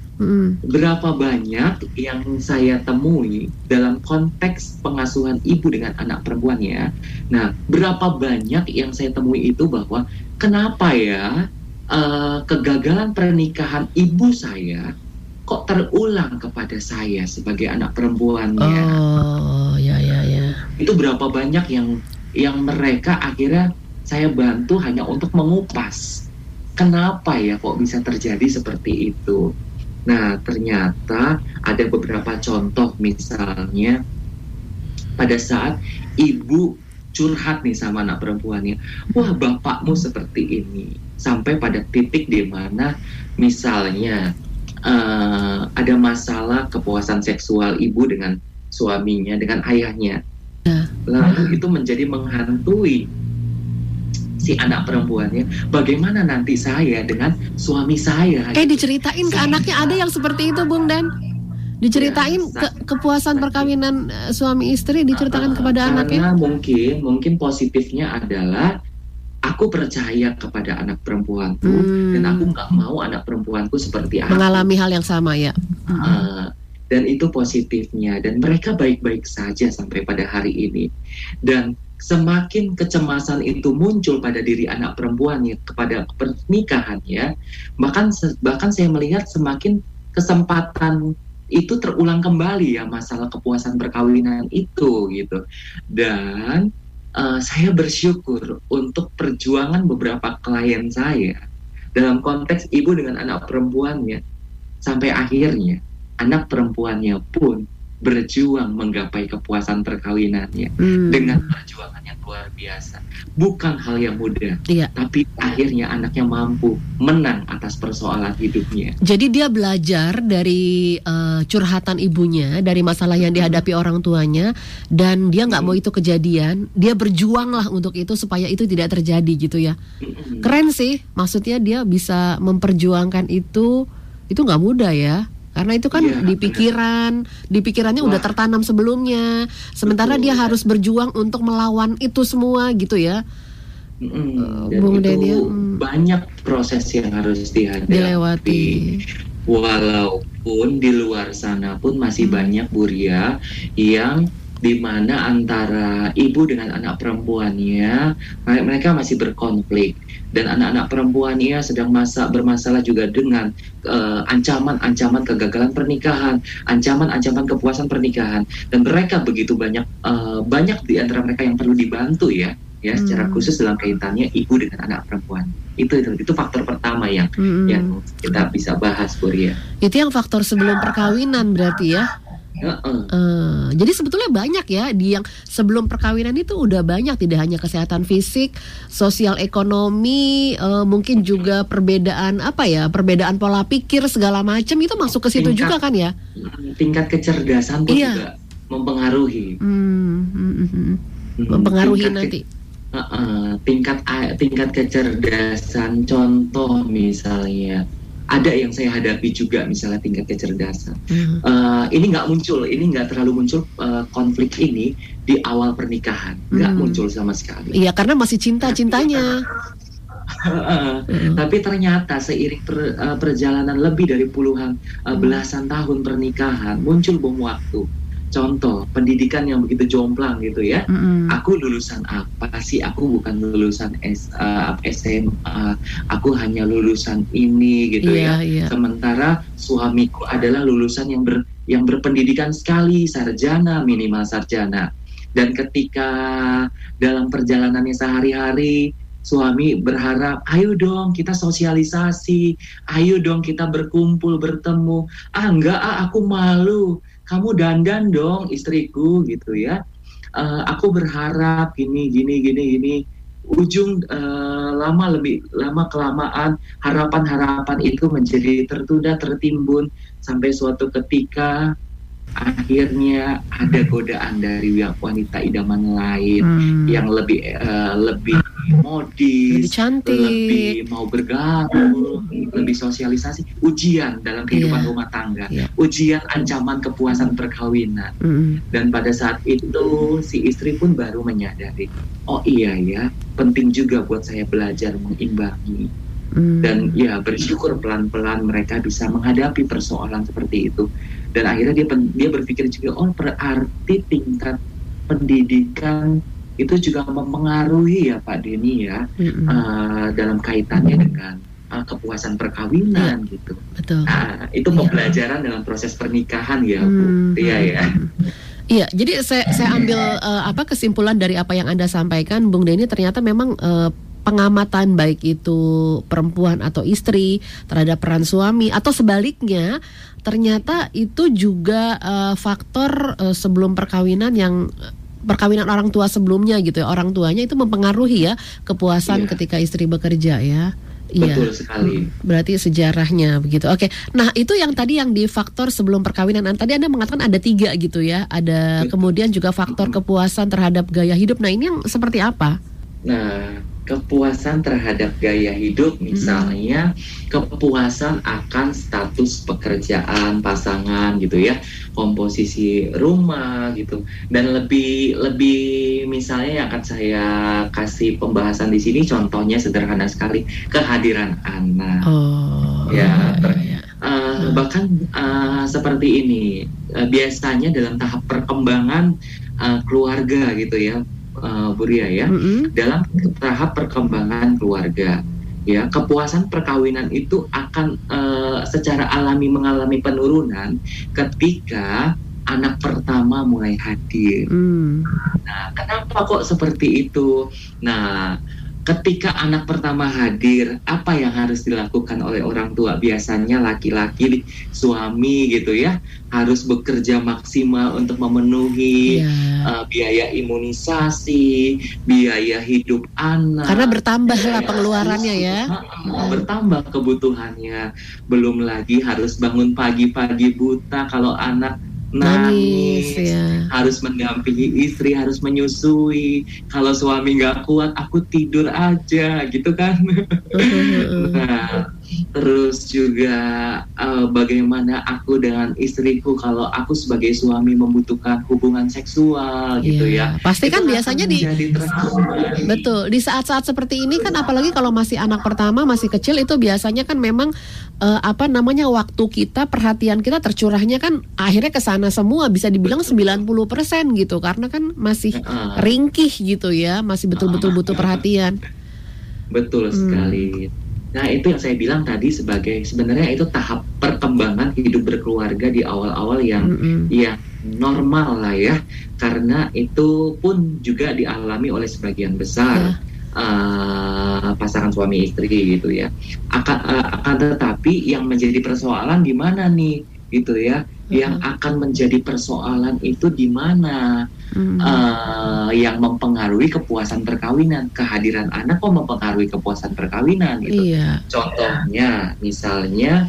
Berapa banyak yang saya temui dalam konteks pengasuhan ibu dengan anak perempuannya. Nah, berapa banyak yang saya temui itu bahwa kenapa ya kegagalan pernikahan ibu saya kok terulang kepada saya sebagai anak perempuannya. Ya. Itu berapa banyak yang mereka akhirnya saya bantu hanya untuk mengupas. Kenapa ya kok bisa terjadi seperti itu? Nah, ternyata ada beberapa contoh, misalnya pada saat ibu curhat nih sama anak perempuannya, wah bapakmu seperti ini, sampai pada titik di mana misalnya ada masalah kepuasan seksual ibu dengan suaminya, dengan ayahnya. Lalu itu menjadi menghantui si anak perempuannya, bagaimana nanti saya dengan suami saya? Diceritain ke anaknya, ada yang seperti itu Bung Dan? Diceritain kepuasan perkawinan suami istri, diceritakan kepada anaknya? Karena mungkin positifnya adalah aku percaya kepada anak perempuanku dan aku nggak mau anak perempuanku seperti aku mengalami hal yang sama ya. Dan itu positifnya, dan mereka baik-baik saja sampai pada hari ini. Dan semakin kecemasan itu muncul pada diri anak perempuannya kepada pernikahannya, bahkan saya melihat semakin kesempatan itu terulang kembali ya masalah kepuasan perkawinan itu gitu. Dan saya bersyukur untuk perjuangan beberapa klien saya dalam konteks ibu dengan anak perempuannya, sampai akhirnya anak perempuannya pun berjuang menggapai kepuasan perkawinannya dengan perjuangan yang luar biasa. Bukan hal yang mudah, tapi akhirnya anaknya mampu menang atas persoalan hidupnya. Jadi dia belajar dari curhatan ibunya, dari masalah yang dihadapi orang tuanya, dan dia nggak mau itu kejadian. Dia berjuang lah untuk itu supaya itu tidak terjadi gitu ya. Keren sih, maksudnya dia bisa memperjuangkan itu nggak mudah ya. Karena itu kan di pikirannya udah tertanam sebelumnya. Sementara dia harus berjuang untuk melawan itu semua gitu ya. Bung Denia, banyak proses yang harus dilewati. Walaupun di luar sana pun masih banyak Bu Ria yang dimana antara ibu dengan anak perempuannya mereka masih berkonflik. Dan anak-anak perempuannya sedang bermasalah juga dengan ancaman-ancaman kegagalan pernikahan, ancaman-ancaman kepuasan pernikahan, dan mereka begitu banyak di antara mereka yang perlu dibantu ya secara khusus dalam kaitannya ibu dengan anak perempuan. Itu faktor pertama yang kita bisa bahas, Bu Ria. Itu yang faktor sebelum perkawinan berarti ya. Jadi sebetulnya banyak ya yang sebelum perkawinan itu udah banyak, tidak hanya kesehatan fisik, sosial ekonomi, mungkin juga perbedaan pola pikir segala macam itu masuk ke situ juga kan ya. Tingkat kecerdasan pun juga mempengaruhi. Mempengaruhi nanti. Tingkat kecerdasan, contoh misalnya ada yang saya hadapi juga misalnya tingkat kecerdasan. Ini nggak terlalu muncul konflik ini di awal pernikahan, nggak muncul sama sekali. Iya, karena masih cintanya. Tapi ternyata seiring perjalanan lebih dari belasan tahun pernikahan muncul bom waktu. Contoh, pendidikan yang begitu jomplang gitu ya. Aku lulusan apa sih? Aku bukan lulusan SMA. Aku hanya lulusan ini gitu ya. Sementara suamiku adalah lulusan yang berpendidikan sekali, sarjana, minimal sarjana. Dan ketika dalam perjalanannya sehari-hari, suami berharap, ayo dong kita sosialisasi, ayo dong kita berkumpul, bertemu. Enggak, aku malu. Kamu dandan dong istriku gitu ya. Aku berharap gini. Ujung lama kelamaan harapan itu menjadi tertunda, tertimbun sampai suatu ketika akhirnya ada godaan dari wanita idaman lain yang lebih modis, lebih cantik, lebih mau bergaul, lebih sosialisasi, ujian dalam kehidupan rumah tangga, ujian ancaman kepuasan perkawinan. Dan pada saat itu si istri pun baru menyadari, oh iya ya, penting juga buat saya belajar mengimbangi. Dan ya bersyukur pelan-pelan mereka bisa menghadapi persoalan seperti itu. Dan akhirnya dia berpikir juga, oh berarti tingkat pendidikan itu juga mempengaruhi ya Pak Denny ya, dalam kaitannya dengan kepuasan perkawinan gitu. Betul. Itu pembelajaran dalam proses pernikahan ya Bu. Iya ya. Iya, jadi saya ambil kesimpulan dari apa yang Anda sampaikan, Bung Denny, ternyata memang pengamatan baik itu perempuan atau istri terhadap peran suami atau sebaliknya, ternyata itu juga faktor sebelum perkawinan orang tua sebelumnya gitu ya. Orang tuanya itu mempengaruhi ya kepuasan ketika istri bekerja ya. Betul sekali. Berarti sejarahnya begitu. Oke. Nah, itu yang tadi yang di faktor sebelum perkawinan. Tadi Anda mengatakan ada 3 gitu ya. Ada kemudian juga faktor kepuasan terhadap gaya hidup. Nah, ini yang seperti apa? Nah, kepuasan terhadap gaya hidup misalnya kepuasan akan status pekerjaan pasangan gitu ya, komposisi rumah gitu, dan lebih misalnya yang akan saya kasih pembahasan di sini contohnya sederhana sekali, kehadiran anak. Bahkan seperti ini biasanya dalam tahap perkembangan keluarga gitu ya, Bu Ria ya, dalam tahap perkembangan keluarga ya kepuasan perkawinan itu akan secara alami mengalami penurunan ketika anak pertama mulai hadir. Nah, kenapa kok seperti itu? Nah, ketika anak pertama hadir, apa yang harus dilakukan oleh orang tua? Biasanya laki-laki, suami gitu ya, harus bekerja maksimal untuk memenuhi biaya imunisasi, biaya hidup anak. Karena bertambah lah pengeluarannya ya. Bertambah kebutuhannya. Belum lagi harus bangun pagi-pagi buta kalau anak nangis, harus mendampingi istri, harus menyusui. Kalau suami nggak kuat, aku tidur aja, gitu kan. Nah, terus juga bagaimana aku dengan istriku kalau aku sebagai suami membutuhkan hubungan seksual, gitu ya. Pasti kan biasanya betul di saat-saat seperti ini kan, apalagi kalau masih anak pertama, masih kecil, itu biasanya kan memang waktu kita, perhatian kita tercurahnya kan akhirnya ke sana semua, bisa dibilang 90% gitu, karena kan masih ringkih gitu ya, masih betul-betul butuh perhatian. Betul sekali. Nah, itu yang saya bilang tadi sebenarnya itu tahap perkembangan hidup berkeluarga di awal-awal yang normal lah ya, karena itu pun juga dialami oleh sebagian besar pasangan suami istri gitu ya. Akan tetapi yang menjadi persoalan di mana nih gitu ya, yang akan menjadi persoalan itu di mana yang mempengaruhi kepuasan perkawinan. Kehadiran anak kok mempengaruhi kepuasan perkawinan gitu. Contohnya misalnya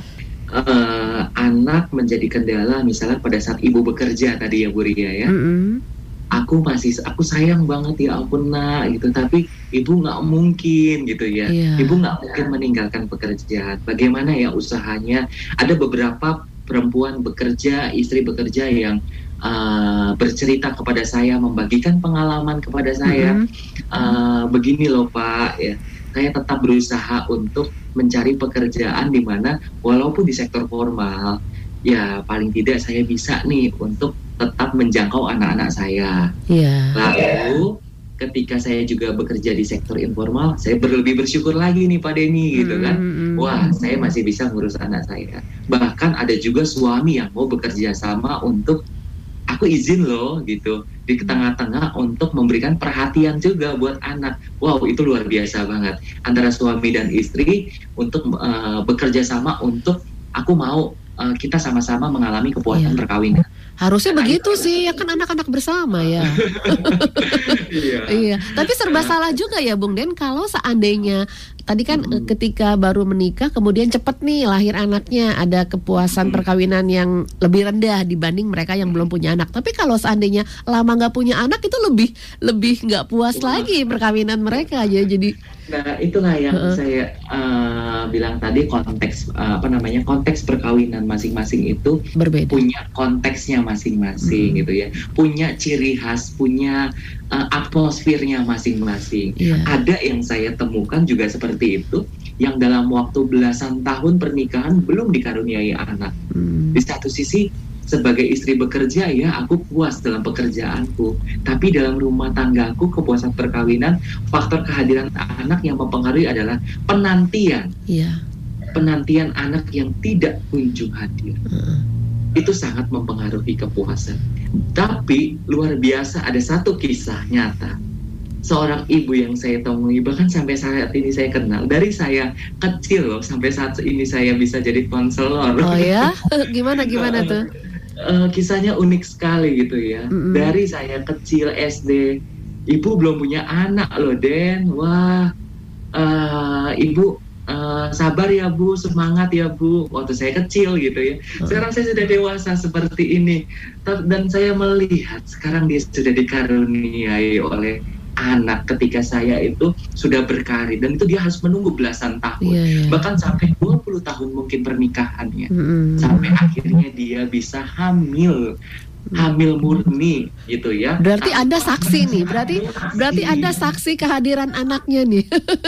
anak menjadi kendala misalnya pada saat ibu bekerja tadi ya Bu Ria ya. Aku sayang banget ya ampun nak gitu, tapi ibu nggak mungkin gitu ya. Ibu nggak mungkin meninggalkan pekerjaan. Bagaimana ya usahanya? Ada beberapa perempuan bekerja, istri bekerja yang bercerita kepada saya, membagikan pengalaman kepada saya. Begini loh Pak ya, saya tetap berusaha untuk mencari pekerjaan di mana walaupun di sektor formal ya paling tidak saya bisa nih untuk tetap menjangkau anak-anak saya. Lalu ketika saya juga bekerja di sektor informal, saya lebih bersyukur lagi nih Pak Denny gitu kan. Wah, saya masih bisa ngurus anak saya. Bahkan ada juga suami yang mau bekerja sama untuk aku izin loh gitu di tengah-tengah untuk memberikan perhatian juga buat anak. Wow, itu luar biasa banget antara suami dan istri untuk bekerja sama untuk aku mau kita sama-sama mengalami kepuasan perkawinan. Harusnya begitu sih, ya kan anak-anak bersama ya. Iya. Tapi serba salah juga ya Bung Den, kalau seandainya tadi kan ketika baru menikah kemudian cepet nih lahir anaknya, ada kepuasan perkawinan yang lebih rendah dibanding mereka yang belum punya anak. Tapi kalau seandainya lama nggak punya anak, itu lebih nggak puas lagi perkawinan mereka ya. Jadi nah itulah yang saya bilang tadi, konteks perkawinan masing-masing itu berbeda, punya konteksnya masing-masing gitu ya, punya ciri khas, punya atmosfernya masing-masing. Ada yang saya temukan juga seperti itu, yang dalam waktu belasan tahun pernikahan belum dikaruniai anak. Di satu sisi sebagai istri bekerja ya, aku puas dalam pekerjaanku, tapi dalam rumah tanggaku, kepuasan perkawinan, faktor kehadiran anak yang mempengaruhi adalah penantian. Penantian anak yang tidak kunjung hadir. Itu sangat mempengaruhi kepuasan. Tapi luar biasa, ada satu kisah nyata. Seorang ibu yang saya temui, bahkan sampai saat ini saya kenal, dari saya kecil loh sampai saat ini saya bisa jadi konselor. Oh ya? Gimana tuh? Kisahnya unik sekali gitu ya. Dari saya kecil SD, ibu belum punya anak loh Den. Wah, ibu sabar ya Bu, semangat ya Bu. Waktu saya kecil gitu ya. Sekarang saya sudah dewasa seperti ini, dan saya melihat sekarang dia sudah dikaruniai oleh anak ketika saya itu sudah berkarir, dan itu dia harus menunggu belasan tahun, bahkan sampai 20 tahun mungkin pernikahannya, sampai akhirnya dia bisa hamil murni gitu ya. Berarti Anda saksi nih, berarti Anda saksi kehadiran anaknya nih.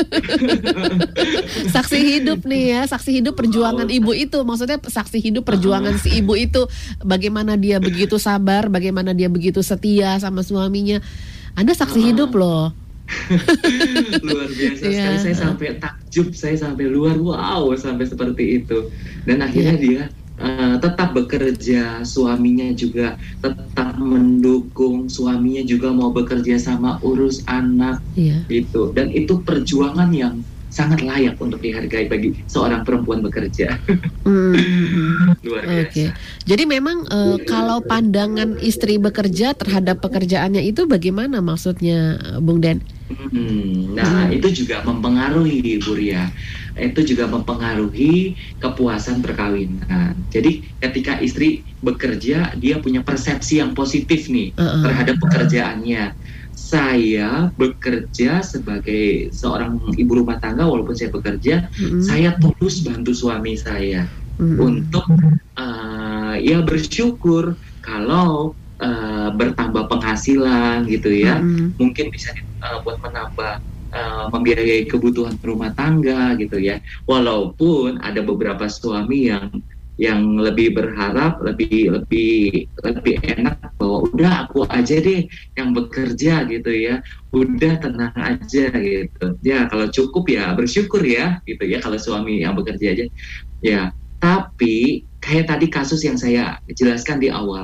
Saksi hidup nih ya, saksi hidup perjuangan ibu itu. Maksudnya saksi hidup perjuangan si ibu itu, bagaimana dia begitu sabar, bagaimana dia begitu setia sama suaminya. Anda saksi hidup loh. Luar biasa sekali, saya sampai takjub, saya sampai wow, sampai seperti itu. Dan akhirnya dia tetap bekerja, suaminya juga tetap mendukung, suaminya juga mau bekerja sama urus anak, gitu. Dan itu perjuangan yang sangat layak untuk dihargai bagi seorang perempuan bekerja. Luar biasa. Okay. Jadi memang kalau pandangan istri bekerja terhadap pekerjaannya itu bagaimana maksudnya, Bung Den? Nah, itu juga mempengaruhi, Bu Ria. Itu juga mempengaruhi kepuasan perkawinan. Jadi ketika istri bekerja, dia punya persepsi yang positif nih terhadap pekerjaannya. Saya bekerja sebagai seorang ibu rumah tangga, walaupun saya bekerja, saya tulus bantu suami saya untuk ya bersyukur kalau bertambah penghasilan gitu ya, mungkin bisa buat menambah membiayai kebutuhan rumah tangga gitu ya. Walaupun ada beberapa suami yang lebih berharap, lebih enak bahwa udah aku aja deh yang bekerja gitu ya, udah tenang aja gitu ya, kalau cukup ya bersyukur ya gitu ya, kalau suami yang bekerja aja ya. Tapi kayak tadi kasus yang saya jelaskan di awal,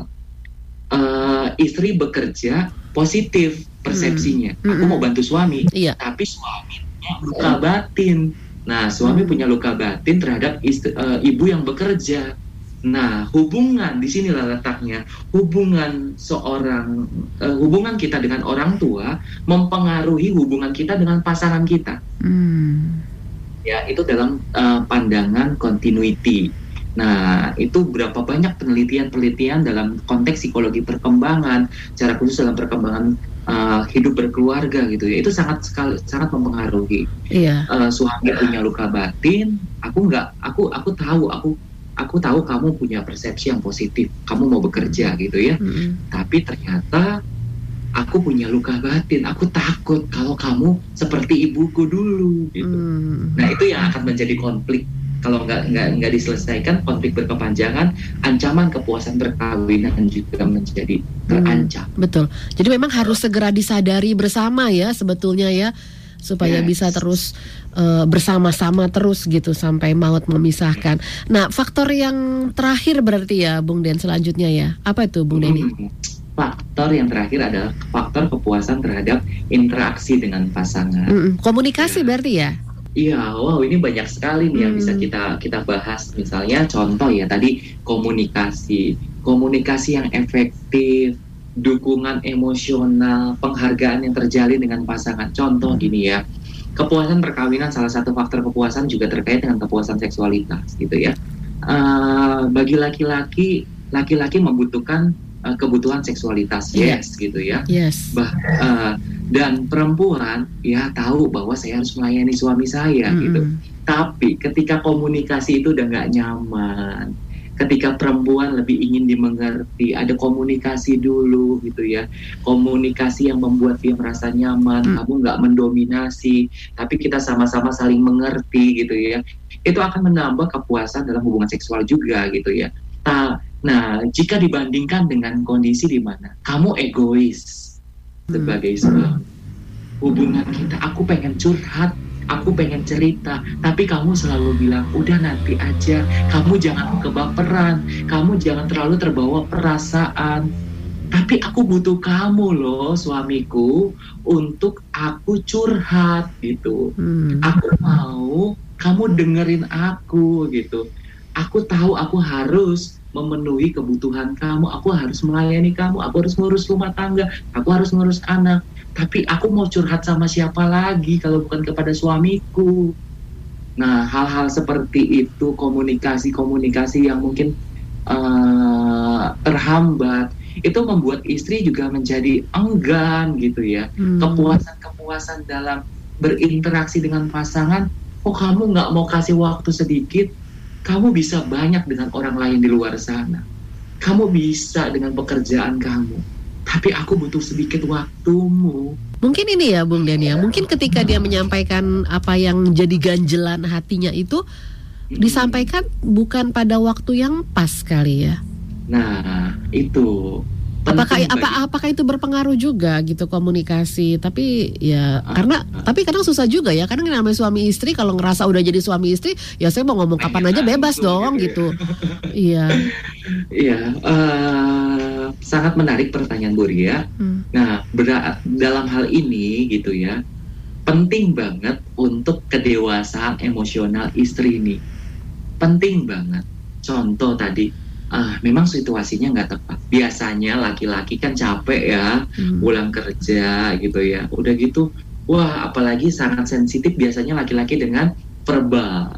istri bekerja positif persepsinya, aku mau bantu suami, tapi suaminya luka batin. Nah, suami punya luka batin terhadap ibu yang bekerja. Nah, hubungan di sinilah letaknya. Hubungan kita dengan orang tua mempengaruhi hubungan kita dengan pasangan kita. Ya, itu dalam pandangan continuity. Nah, itu berapa banyak penelitian dalam konteks psikologi perkembangan, secara khusus dalam perkembangan hidup berkeluarga gitu ya, itu sangat mempengaruhi. Suami punya luka batin, aku tahu kamu punya persepsi yang positif, kamu mau bekerja gitu ya, tapi ternyata aku punya luka batin, aku takut kalau kamu seperti ibuku dulu gitu. Nah, itu yang akan menjadi konflik. Kalau nggak diselesaikan, konflik berkepanjangan, ancaman kepuasan perkawinan juga menjadi terancam. Betul. Jadi memang harus segera disadari bersama ya sebetulnya ya, supaya bisa terus bersama-sama terus gitu sampai maut memisahkan. Nah, faktor yang terakhir berarti ya, Bung Den, selanjutnya ya, apa itu, Bung Denny? Faktor yang terakhir adalah faktor kepuasan terhadap interaksi dengan pasangan. Komunikasi berarti ya? Iya, wow, ini banyak sekali nih yang bisa kita bahas. Misalnya contoh ya tadi komunikasi yang efektif, dukungan emosional, penghargaan yang terjalin dengan pasangan. Contoh gini ya, kepuasan perkawinan, salah satu faktor kepuasan juga terkait dengan kepuasan seksualitas gitu ya. Bagi laki-laki membutuhkan kebutuhan seksualitas, gitu ya. Dan perempuan ya tahu bahwa saya harus melayani suami saya gitu. Tapi ketika komunikasi itu udah nggak nyaman, ketika perempuan lebih ingin dimengerti, ada komunikasi dulu gitu ya, komunikasi yang membuat dia merasa nyaman, kamu nggak mendominasi, tapi kita sama-sama saling mengerti gitu ya, itu akan menambah kepuasan dalam hubungan seksual juga gitu ya. Nah, jika dibandingkan dengan kondisi di mana kamu egois sebagai suami, hubungan kita, aku pengen curhat, aku pengen cerita, tapi kamu selalu bilang, udah nanti aja, kamu jangan kebaperan, kamu jangan terlalu terbawa perasaan, tapi aku butuh kamu loh, suamiku, untuk aku curhat gitu. Aku mau kamu dengerin aku gitu. Aku tahu aku harus memenuhi kebutuhan kamu, aku harus melayani kamu, aku harus ngurus rumah tangga, aku harus ngurus anak, tapi aku mau curhat sama siapa lagi kalau bukan kepada suamiku. Nah, hal-hal seperti itu, komunikasi yang mungkin terhambat, itu membuat istri juga menjadi enggan gitu ya. Kepuasan dalam berinteraksi dengan pasangan, kamu nggak mau kasih waktu sedikit, kamu bisa banyak dengan orang lain di luar sana. Kamu bisa dengan pekerjaan kamu. Tapi aku butuh sedikit waktumu. Mungkin ini ya, Bung Den ya. Mungkin ketika dia menyampaikan apa yang jadi ganjelan hatinya itu, disampaikan bukan pada waktu yang pas kali ya. Nah, itu. Apakah itu berpengaruh juga gitu komunikasi? Tapi ya tapi kadang susah juga ya. Kadang namanya suami istri, kalau ngerasa udah jadi suami istri, ya saya mau ngomong kapan aja bebas dong gitu. Iya. Iya, sangat menarik pertanyaan Bu Ria. Nah, dalam hal ini gitu ya, penting banget untuk kedewasaan emosional istri ini. Penting banget. Contoh tadi, memang situasinya nggak tepat. Biasanya laki-laki kan capek ya, pulang kerja gitu ya. Udah gitu, wah apalagi sangat sensitif biasanya laki-laki dengan verbal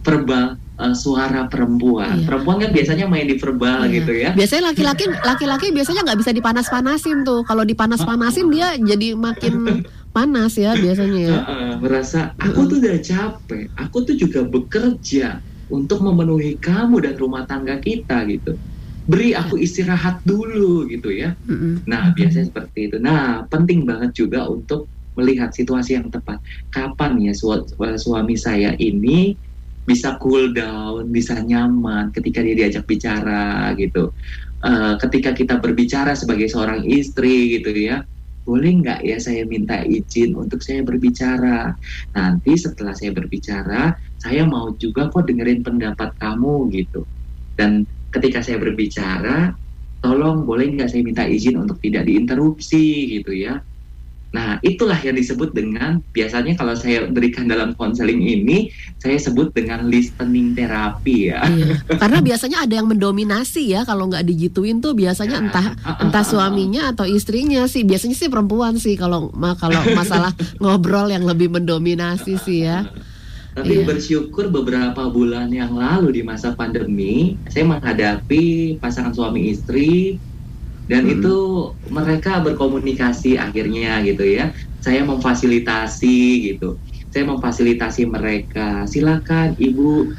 suara perempuan. Perempuan kan biasanya main di verbal gitu ya. Biasanya laki-laki biasanya nggak bisa dipanas-panasin tuh. Kalau dipanas-panasin dia jadi makin panas ya biasanya ya. Merasa aku tuh udah capek. Aku tuh juga bekerja untuk memenuhi kamu dan rumah tangga kita gitu. Beri aku istirahat dulu gitu ya. Nah, biasanya seperti itu. Nah, penting banget juga untuk melihat situasi yang tepat. Kapan ya suami saya ini bisa cool down, bisa nyaman ketika dia diajak bicara gitu. Ketika kita berbicara sebagai seorang istri gitu ya, boleh nggak ya saya minta izin untuk saya berbicara? Nanti setelah saya berbicara, saya mau juga kok dengerin pendapat kamu gitu. Dan ketika saya berbicara, tolong boleh nggak saya minta izin untuk tidak diinterupsi gitu ya. Nah, itulah yang disebut dengan, biasanya kalau saya berikan dalam konseling ini, saya sebut dengan listening terapi ya. Iya. Karena biasanya ada yang mendominasi ya, kalau nggak digituin tuh biasanya entah suaminya atau istrinya sih. Biasanya sih perempuan sih kalau masalah ngobrol yang lebih mendominasi sih ya. Tapi bersyukur beberapa bulan yang lalu di masa pandemi, saya menghadapi pasangan suami istri. Dan itu mereka berkomunikasi akhirnya gitu ya. Saya memfasilitasi gitu. Saya memfasilitasi mereka. Silakan ibu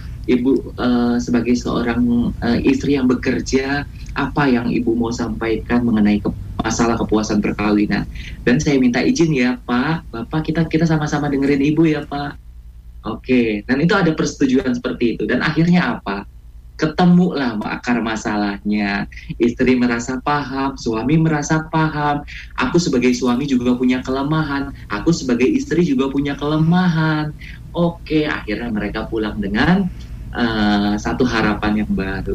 sebagai seorang istri yang bekerja, apa yang ibu mau sampaikan mengenai masalah kepuasan perkawinan. Dan saya minta izin ya Pak, Bapak kita sama-sama dengerin ibu ya Pak. Oke. Dan itu ada persetujuan seperti itu. Dan akhirnya apa? Ketemulah akar masalahnya. Istri merasa paham, suami merasa paham. Aku sebagai suami juga punya kelemahan. Aku sebagai istri juga punya kelemahan. Oke, akhirnya mereka pulang dengan satu harapan yang baru.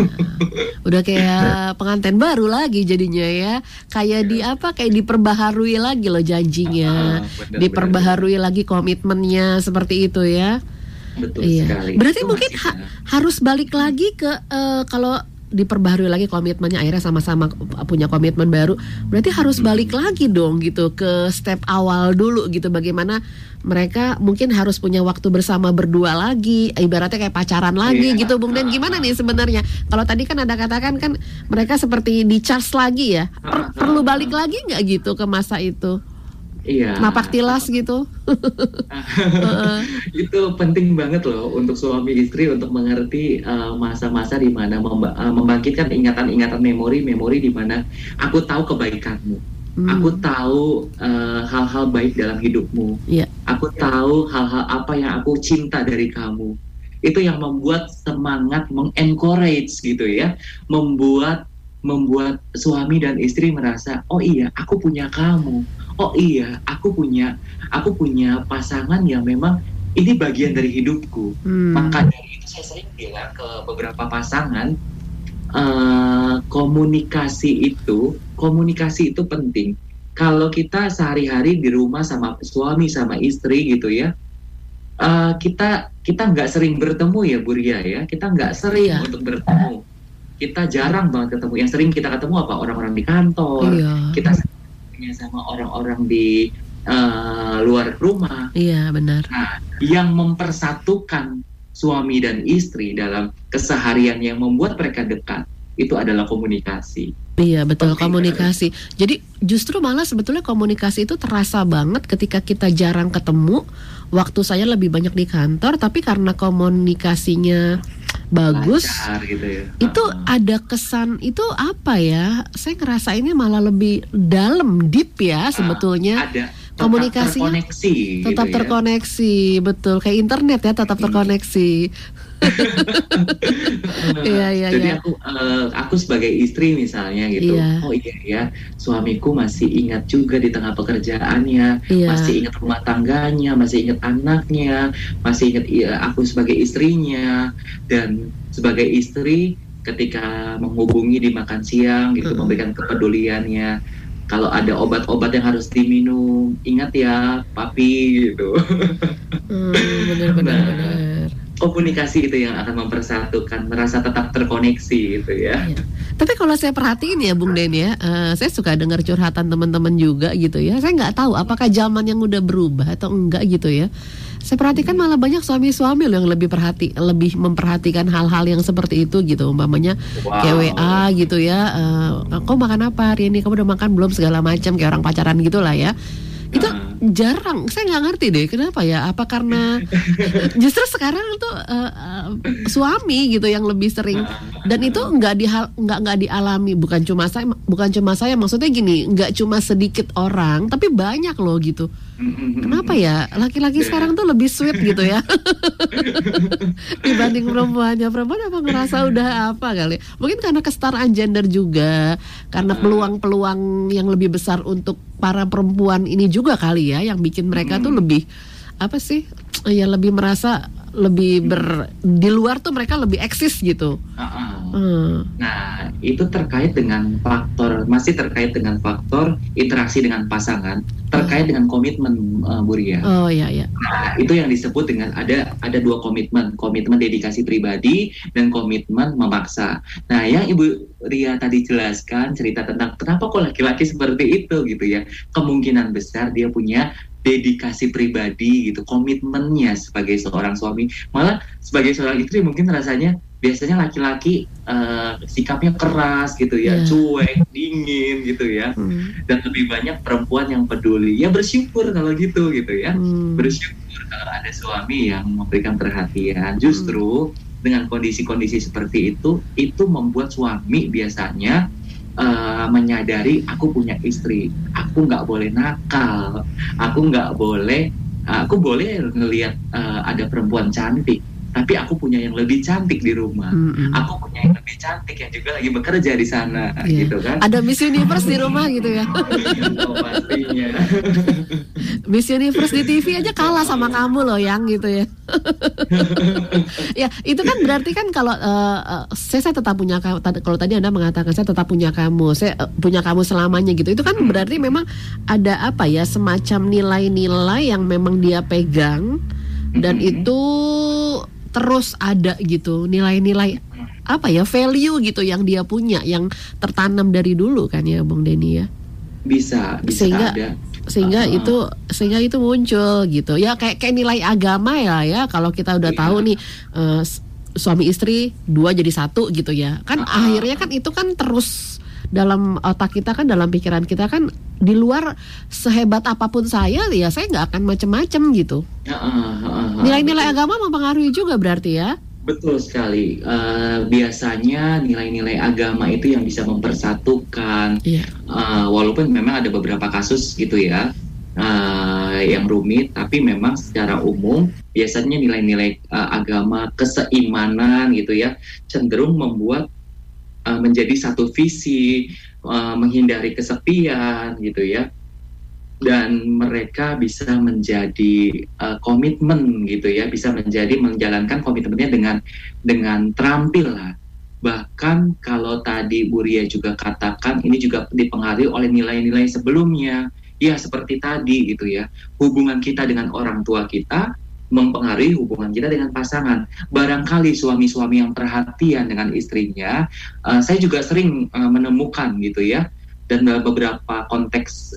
Udah kayak pengantin baru lagi jadinya ya. Kayak diperbaharui lagi loh janjinya. Diperbaharui lagi komitmennya seperti itu ya. Betul sekali. Berarti mungkin harus balik lagi ke kalau diperbaharui lagi komitmennya, akhirnya sama-sama punya komitmen baru. Berarti harus balik lagi dong gitu ke step awal dulu gitu. Bagaimana mereka mungkin harus punya waktu bersama berdua lagi, ibaratnya kayak pacaran lagi gitu Bung Den. Gimana nih sebenarnya? Kalau tadi kan Anda katakan kan mereka seperti di charge lagi ya. Perlu balik lagi nggak gitu ke masa itu? Iya. Napak tilas gitu. Itu penting banget loh untuk suami istri untuk mengerti masa-masa di mana membangkitkan ingatan-ingatan memori di mana aku tahu kebaikanmu. Aku tahu hal-hal baik dalam hidupmu. Aku tahu hal-hal apa yang aku cinta dari kamu. Itu yang membuat semangat, mengencourage gitu ya. Membuat suami dan istri merasa, oh iya, aku punya kamu. Oh iya, aku punya pasangan yang memang ini bagian dari hidupku. Maka dari itu saya sering bilang ke beberapa pasangan, komunikasi itu penting. Kalau kita sehari-hari di rumah sama suami sama istri gitu ya, kita nggak sering bertemu ya Bu Ria ya, kita nggak sering untuk bertemu. Kita jarang banget ketemu. Yang sering kita ketemu apa? Orang-orang di kantor. Kita sama orang-orang di luar rumah. Iya, benar. Nah, yang mempersatukan suami dan istri dalam keseharian yang membuat mereka dekat itu adalah komunikasi. Iya, betul, komunikasi. Jadi justru malah sebetulnya komunikasi itu terasa banget ketika kita jarang ketemu. Waktu saya lebih banyak di kantor, tapi karena komunikasinya bagus, gitu ya. Itu ada kesan, itu apa ya? Saya ngerasa ini malah lebih dalam, deep ya sebetulnya. Ada. Komunikasinya terkoneksi, tetap gitu terkoneksi, betul, kayak internet ya, tetap terkoneksi. Jadi aku sebagai istri misalnya gitu, oh iya ya, suamiku masih ingat juga di tengah pekerjaannya, masih ingat rumah tangganya, masih ingat anaknya, masih ingat aku sebagai istrinya. Dan sebagai istri ketika menghubungi di makan siang gitu, memberikan kepeduliannya. Kalau ada obat-obat yang harus diminum, ingat ya, papi gitu. Benar. Komunikasi itu yang akan mempersatukan, merasa tetap terkoneksi gitu ya. Tapi kalau saya perhatiin ya Bung Den ya, saya suka dengar curhatan teman-teman juga gitu ya. Saya nggak tahu apakah zaman yang udah berubah atau enggak gitu ya. Saya perhatikan malah banyak suami-suami yang lebih memperhatikan hal-hal yang seperti itu gitu. Umpamanya kayak WA gitu ya, kau makan apa hari ini, kamu udah makan belum, segala macam, kayak orang pacaran gitulah ya. Itu jarang, saya nggak ngerti deh kenapa ya, apa karena justru sekarang tuh suami gitu yang lebih sering, dan itu nggak dialami, bukan cuma saya, maksudnya gini, nggak cuma sedikit orang tapi banyak loh gitu. Kenapa ya laki-laki sekarang tuh lebih sweet gitu ya dibanding perempuannya. Perempuan apa ngerasa udah apa kali, mungkin karena kesetaraan gender juga, karena peluang-peluang yang lebih besar untuk para perempuan ini juga kali ya, yang bikin mereka tuh lebih apa sih ya, lebih merasa lebih di luar tuh mereka lebih eksis gitu. Nah, itu terkait dengan masih terkait dengan faktor interaksi dengan pasangan, terkait dengan komitmen, Bu Ria. Nah, itu yang disebut dengan ada dua komitmen dedikasi pribadi dan komitmen memaksa. Nah, yang Ibu Ria tadi jelaskan, cerita tentang kenapa kok laki-laki seperti itu gitu ya, kemungkinan besar dia punya dedikasi pribadi gitu, komitmennya sebagai seorang suami. Malah sebagai seorang istri mungkin rasanya biasanya laki-laki sikapnya keras gitu ya, cuek, dingin gitu ya. Dan lebih banyak perempuan yang peduli. Ya bersyukur kalau gitu ya. Bersyukur kalau ada suami yang memberikan perhatian. Justru dengan kondisi-kondisi seperti itu membuat suami biasanya menyadari, aku punya istri, aku nggak boleh nakal, aku boleh ngelihat ada perempuan cantik, tapi aku punya yang lebih cantik di rumah, aku punya yang lebih cantik yang juga lagi bekerja di sana, gitu kan? Ada Miss Universe di rumah gitu ya? Oh, pastinya. Miss Universe di TV aja kalah sama kamu loh yang gitu ya. Ya itu kan berarti kan kalau saya tetap punya kamu. Kalau tadi Anda mengatakan saya tetap punya kamu, saya punya kamu selamanya gitu. Itu kan berarti memang ada apa ya, semacam nilai-nilai yang memang dia pegang dan itu terus ada gitu, nilai-nilai apa ya, value gitu yang dia punya, yang tertanam dari dulu kan ya Bung Denny ya. Bisa ada. Sehingga itu muncul gitu ya, kayak nilai agama ya kalau kita udah tahu nih suami istri 2 jadi 1 gitu ya kan, akhirnya kan itu kan terus dalam otak kita kan, dalam pikiran kita kan, di luar sehebat apapun saya nggak akan macem-macem gitu. Nilai-nilai agama mempengaruhi juga berarti ya. Betul sekali. Biasanya nilai-nilai agama itu yang bisa mempersatukan. Walaupun memang ada beberapa kasus gitu ya, yang rumit, tapi memang secara umum biasanya nilai-nilai agama, keseimanan gitu ya, cenderung membuat menjadi satu visi, menghindari kesepian gitu ya. Dan mereka bisa menjadi komitmen gitu ya, bisa menjalankan komitmennya dengan terampil lah. Bahkan kalau tadi Bu Ria juga katakan, ini juga dipengaruhi oleh nilai-nilai sebelumnya. Ya seperti tadi gitu ya, hubungan kita dengan orang tua kita mempengaruhi hubungan kita dengan pasangan. Barangkali suami-suami yang perhatian dengan istrinya, saya juga sering menemukan gitu ya. Dan dalam beberapa konteks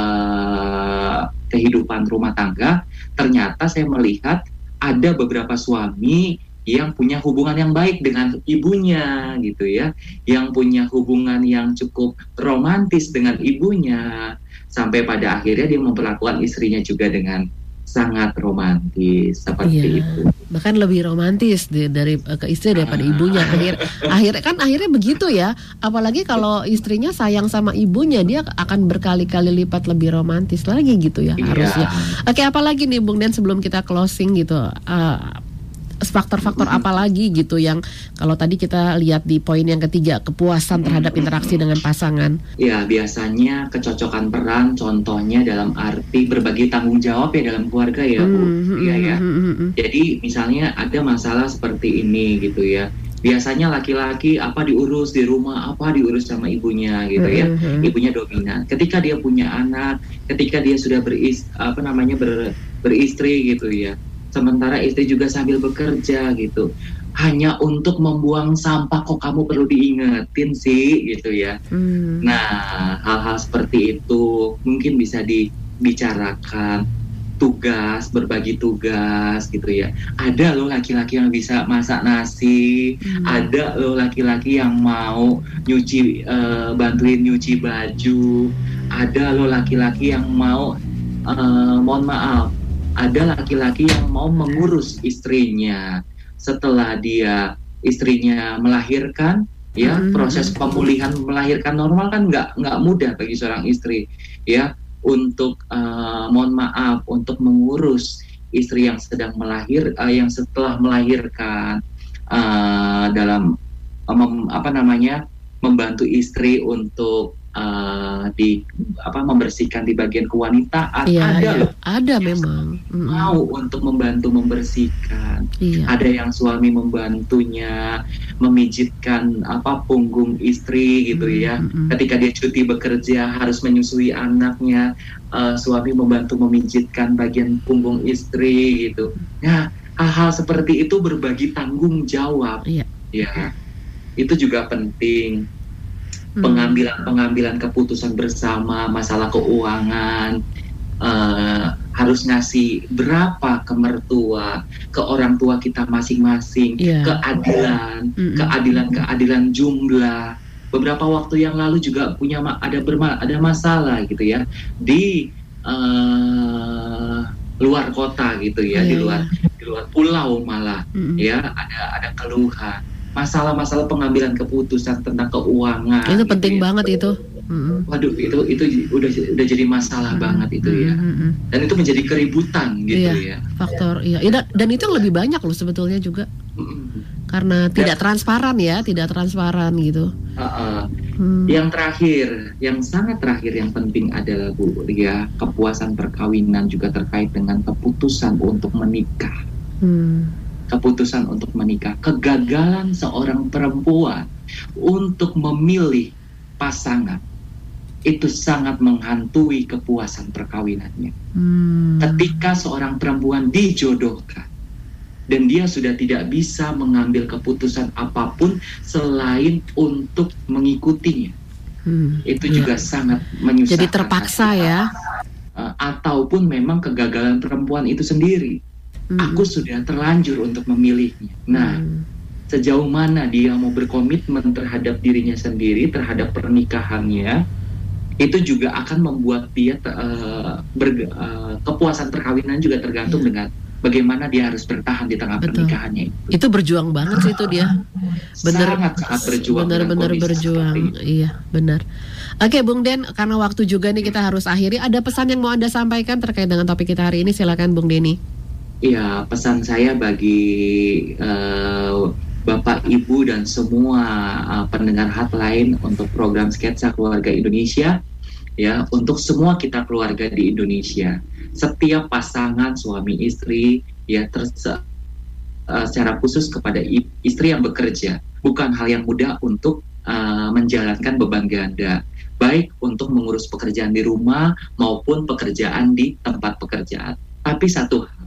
kehidupan rumah tangga, ternyata saya melihat ada beberapa suami yang punya hubungan yang baik dengan ibunya gitu ya, yang punya hubungan yang cukup romantis dengan ibunya, sampai pada akhirnya dia memperlakukan istrinya juga dengan sangat romantis seperti itu. Bahkan lebih romantis dari ke istri daripada ibunya. Akhirnya begitu ya. Apalagi kalau istrinya sayang sama ibunya, dia akan berkali-kali lipat lebih romantis lagi gitu ya harusnya. Oke, apalagi nih Bung Den sebelum kita closing gitu. faktor-faktor apa lagi gitu yang kalau tadi kita lihat di poin yang ketiga, kepuasan terhadap interaksi dengan pasangan? Ya, biasanya kecocokan peran, contohnya dalam arti berbagi tanggung jawab ya dalam keluarga ya Bu. Iya ya. Jadi misalnya ada masalah seperti ini gitu ya. Biasanya laki-laki apa diurus di rumah, apa diurus sama ibunya gitu ya. Ibunya dominan. Ketika dia punya anak, ketika dia sudah beristri gitu ya. Sementara istri juga sambil bekerja gitu. Hanya untuk membuang sampah kok kamu perlu diingetin sih gitu ya. Nah, hal-hal seperti itu mungkin bisa dibicarakan. Tugas, berbagi tugas gitu ya. Ada loh laki-laki yang bisa masak nasi, ada loh laki-laki yang mau bantuin nyuci baju, ada loh laki-laki yang mau mohon maaf, ada laki-laki yang mau mengurus istrinya setelah istrinya melahirkan ya. Proses pemulihan melahirkan normal kan nggak mudah bagi seorang istri ya. Untuk mohon maaf untuk mengurus istri yang sedang yang setelah melahirkan dalam membantu istri untuk membersihkan di bagian kewanitaan. Ada memang mau untuk membantu membersihkan. Ada yang suami membantunya memijitkan punggung istri gitu ya. Ketika dia cuti bekerja harus menyusui anaknya, suami membantu memijitkan bagian punggung istri gitu. Nah, hal-hal seperti itu berbagi tanggung jawab. Ya, itu juga penting. Pengambilan keputusan bersama masalah keuangan, harus ngasih berapa ke mertua, ke orang tua kita masing-masing, keadilan jumlah. Beberapa waktu yang lalu juga ada masalah gitu ya di luar kota gitu ya, di luar pulau malah ya ada keluhan. Masalah-masalah pengambilan keputusan tentang keuangan. Itu penting banget itu. Waduh, itu udah jadi masalah banget itu ya. Dan itu menjadi keributan gitu ya. Faktor dan itu yang lebih banyak loh sebetulnya juga. Karena tidak transparan gitu. Yang terakhir, yang sangat terakhir yang penting adalah Bu ya, kepuasan perkawinan juga terkait dengan keputusan untuk menikah. Keputusan untuk menikah, kegagalan seorang perempuan untuk memilih pasangan itu sangat menghantui kepuasan perkawinannya. Ketika seorang perempuan dijodohkan dan dia sudah tidak bisa mengambil keputusan apapun selain untuk mengikutinya, itu juga sangat menyusahkan. Jadi terpaksa ya. Ataupun memang kegagalan perempuan itu sendiri. Aku sudah terlanjur untuk memilihnya. Nah, sejauh mana dia mau berkomitmen terhadap dirinya sendiri, terhadap pernikahannya, itu juga akan membuat dia kepuasan perkawinan juga tergantung dengan bagaimana dia harus bertahan di tengah pernikahannya. Itu berjuang banget sih itu dia. Sangat berjuang. Benar-benar berjuang. Iya, benar. Oke, Bung Den, karena waktu juga nih kita harus akhiri. Ada pesan yang mau Anda sampaikan terkait dengan topik kita hari ini? Silakan, Bung Denny. Ya, pesan saya bagi Bapak, Ibu, dan semua pendengar hotline untuk program Sketsa Keluarga Indonesia, ya, untuk semua kita keluarga di Indonesia, setiap pasangan suami istri, ya, secara khusus kepada istri yang bekerja, bukan hal yang mudah untuk menjalankan beban ganda, baik untuk mengurus pekerjaan di rumah maupun pekerjaan di tempat pekerjaan. Tapi satu hal,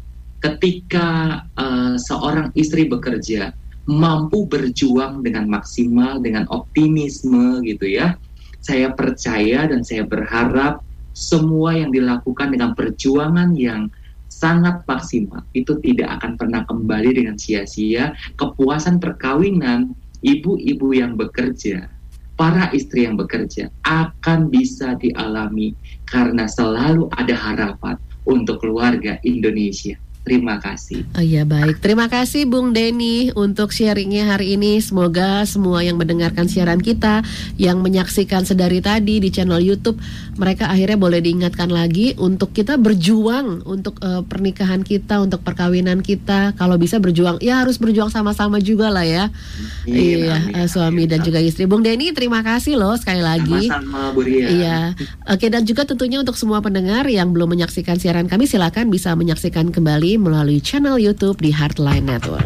ketika seorang istri bekerja mampu berjuang dengan maksimal, dengan optimisme gitu ya, saya percaya dan saya berharap semua yang dilakukan dengan perjuangan yang sangat maksimal itu tidak akan pernah kembali dengan sia-sia. Kepuasan perkawinan ibu-ibu yang bekerja, para istri yang bekerja akan bisa dialami karena selalu ada harapan untuk keluarga Indonesia. Terima kasih. Oh iya, baik. Terima kasih Bung Denny untuk sharingnya hari ini. Semoga semua yang mendengarkan siaran kita, yang menyaksikan sedari tadi di channel YouTube, mereka akhirnya boleh diingatkan lagi untuk kita berjuang untuk pernikahan kita, untuk perkawinan kita. Kalau bisa berjuang, ya harus berjuang sama-sama juga lah ya. Iya, suami dan juga istri. Bung Denny, terima kasih loh sekali lagi. Sama-sama Bu Ria. Iya. Oke, dan juga tentunya untuk semua pendengar yang belum menyaksikan siaran kami, silakan bisa menyaksikan kembali melalui channel YouTube di Heartline Network.